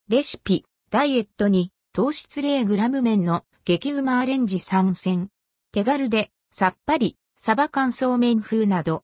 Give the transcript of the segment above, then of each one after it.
レシピ、ダイエットに糖質 0g 麺の激うまアレンジ参戦。手軽でさっぱり、サバ乾燥麺風など。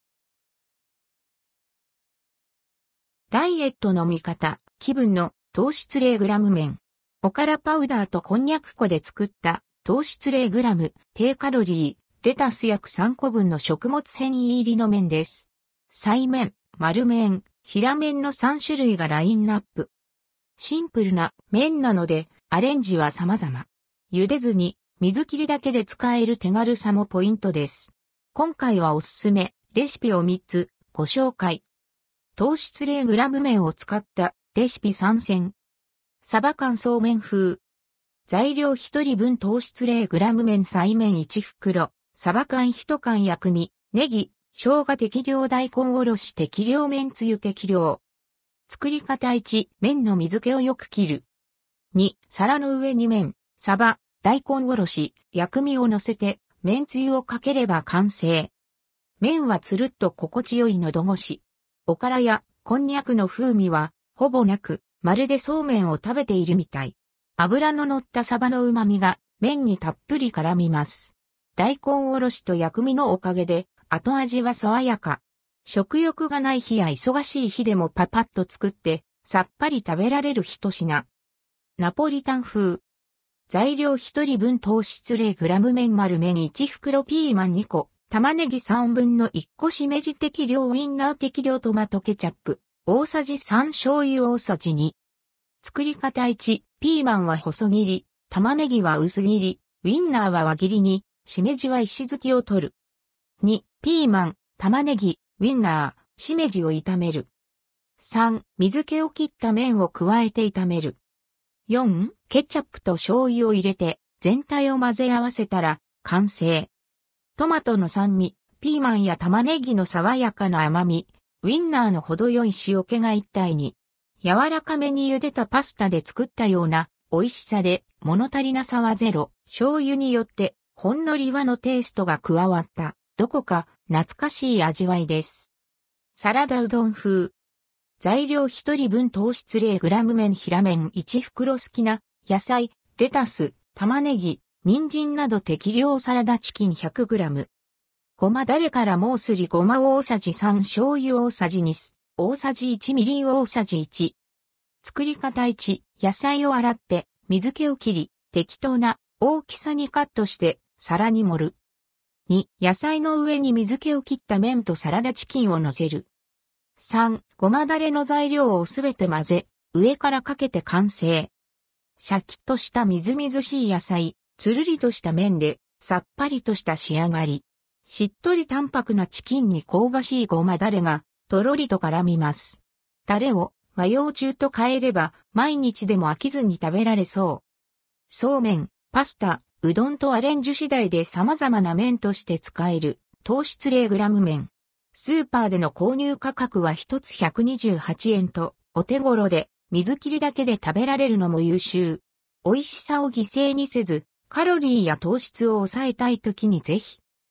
ダイエットの味方、気分の糖質 0g 麺。おからパウダーとこんにゃく粉で作った糖質 0g、低カロリー、レタス約3個分の食物繊維入りの麺です。細麺、丸麺、平麺の3種類がラインナップ。シンプルな麺なのでアレンジは様々。茹でずに水切りだけで使える手軽さもポイントです。今回はおすすめレシピを3つご紹介。糖質 0g 麺を使ったレシピ参戦。サバ乾燥麺風。材料1人分糖質 0g 麺細麺1袋、サバ缶1缶薬味、ネギ、生姜適量大根おろし適量麺つゆ適量。作り方1、麺の水気をよく切る。2、皿の上に麺、サバ、大根おろし、薬味を乗せて、麺つゆをかければ完成。麺はつるっと心地よい喉越し。おからやこんにゃくの風味はほぼなく、まるでそうめんを食べているみたい。脂の乗ったサバの旨味が麺にたっぷり絡みます。大根おろしと薬味のおかげで後味は爽やか。食欲がない日や忙しい日でもパパッと作ってさっぱり食べられる一品。ナポリタン風。材料1人分糖質 0g 麺丸麺1袋ピーマン2個、玉ねぎ3分の1個しめじ適量ウインナー適量トマトケチャップ、大さじ3醤油大さじ2。作り方1、ピーマンは細切り、玉ねぎは薄切り、ウインナーは輪切りに、しめじは石突きを取る。2、ピーマン、玉ねぎ、ウインナー、しめじを炒める。3、水気を切った麺を加えて炒める。4、ケチャップと醤油を入れて全体を混ぜ合わせたら完成。トマトの酸味、ピーマンや玉ねぎの爽やかな甘み、ウインナーの程よい塩気が一体に。柔らかめに茹でたパスタで作ったような美味しさで物足りなさはゼロ。醤油によってほんのり和のテイストが加わったどこか懐かしい味わいです。サラダうどん風。材料1人分糖質 0g 麺平麺1袋好きな野菜、レタス、玉ねぎ、人参など適量サラダチキン 100g。ごまだれからもうすりごま大さじ3醤油大さじ2酢。大さじ1みりん大さじ1。作り方1、野菜を洗って水気を切り、適当な大きさにカットして皿に盛る。2、野菜の上に水気を切った麺とサラダチキンを乗せる。3、ごまだれの材料をすべて混ぜ、上からかけて完成。シャキッとしたみずみずしい野菜、つるりとした麺でさっぱりとした仕上がり。しっとり淡白なチキンに香ばしいごまだれがとろりと絡みます。タレを和洋中と変えれば毎日でも飽きずに食べられそう。そうめん、パスタ、うどんとアレンジ次第で様々な麺として使える糖質 0g 麺。スーパーでの購入価格は1つ128円とお手頃で水切りだけで食べられるのも優秀。美味しさを犠牲にせずカロリーや糖質を抑えたい時にぜひ。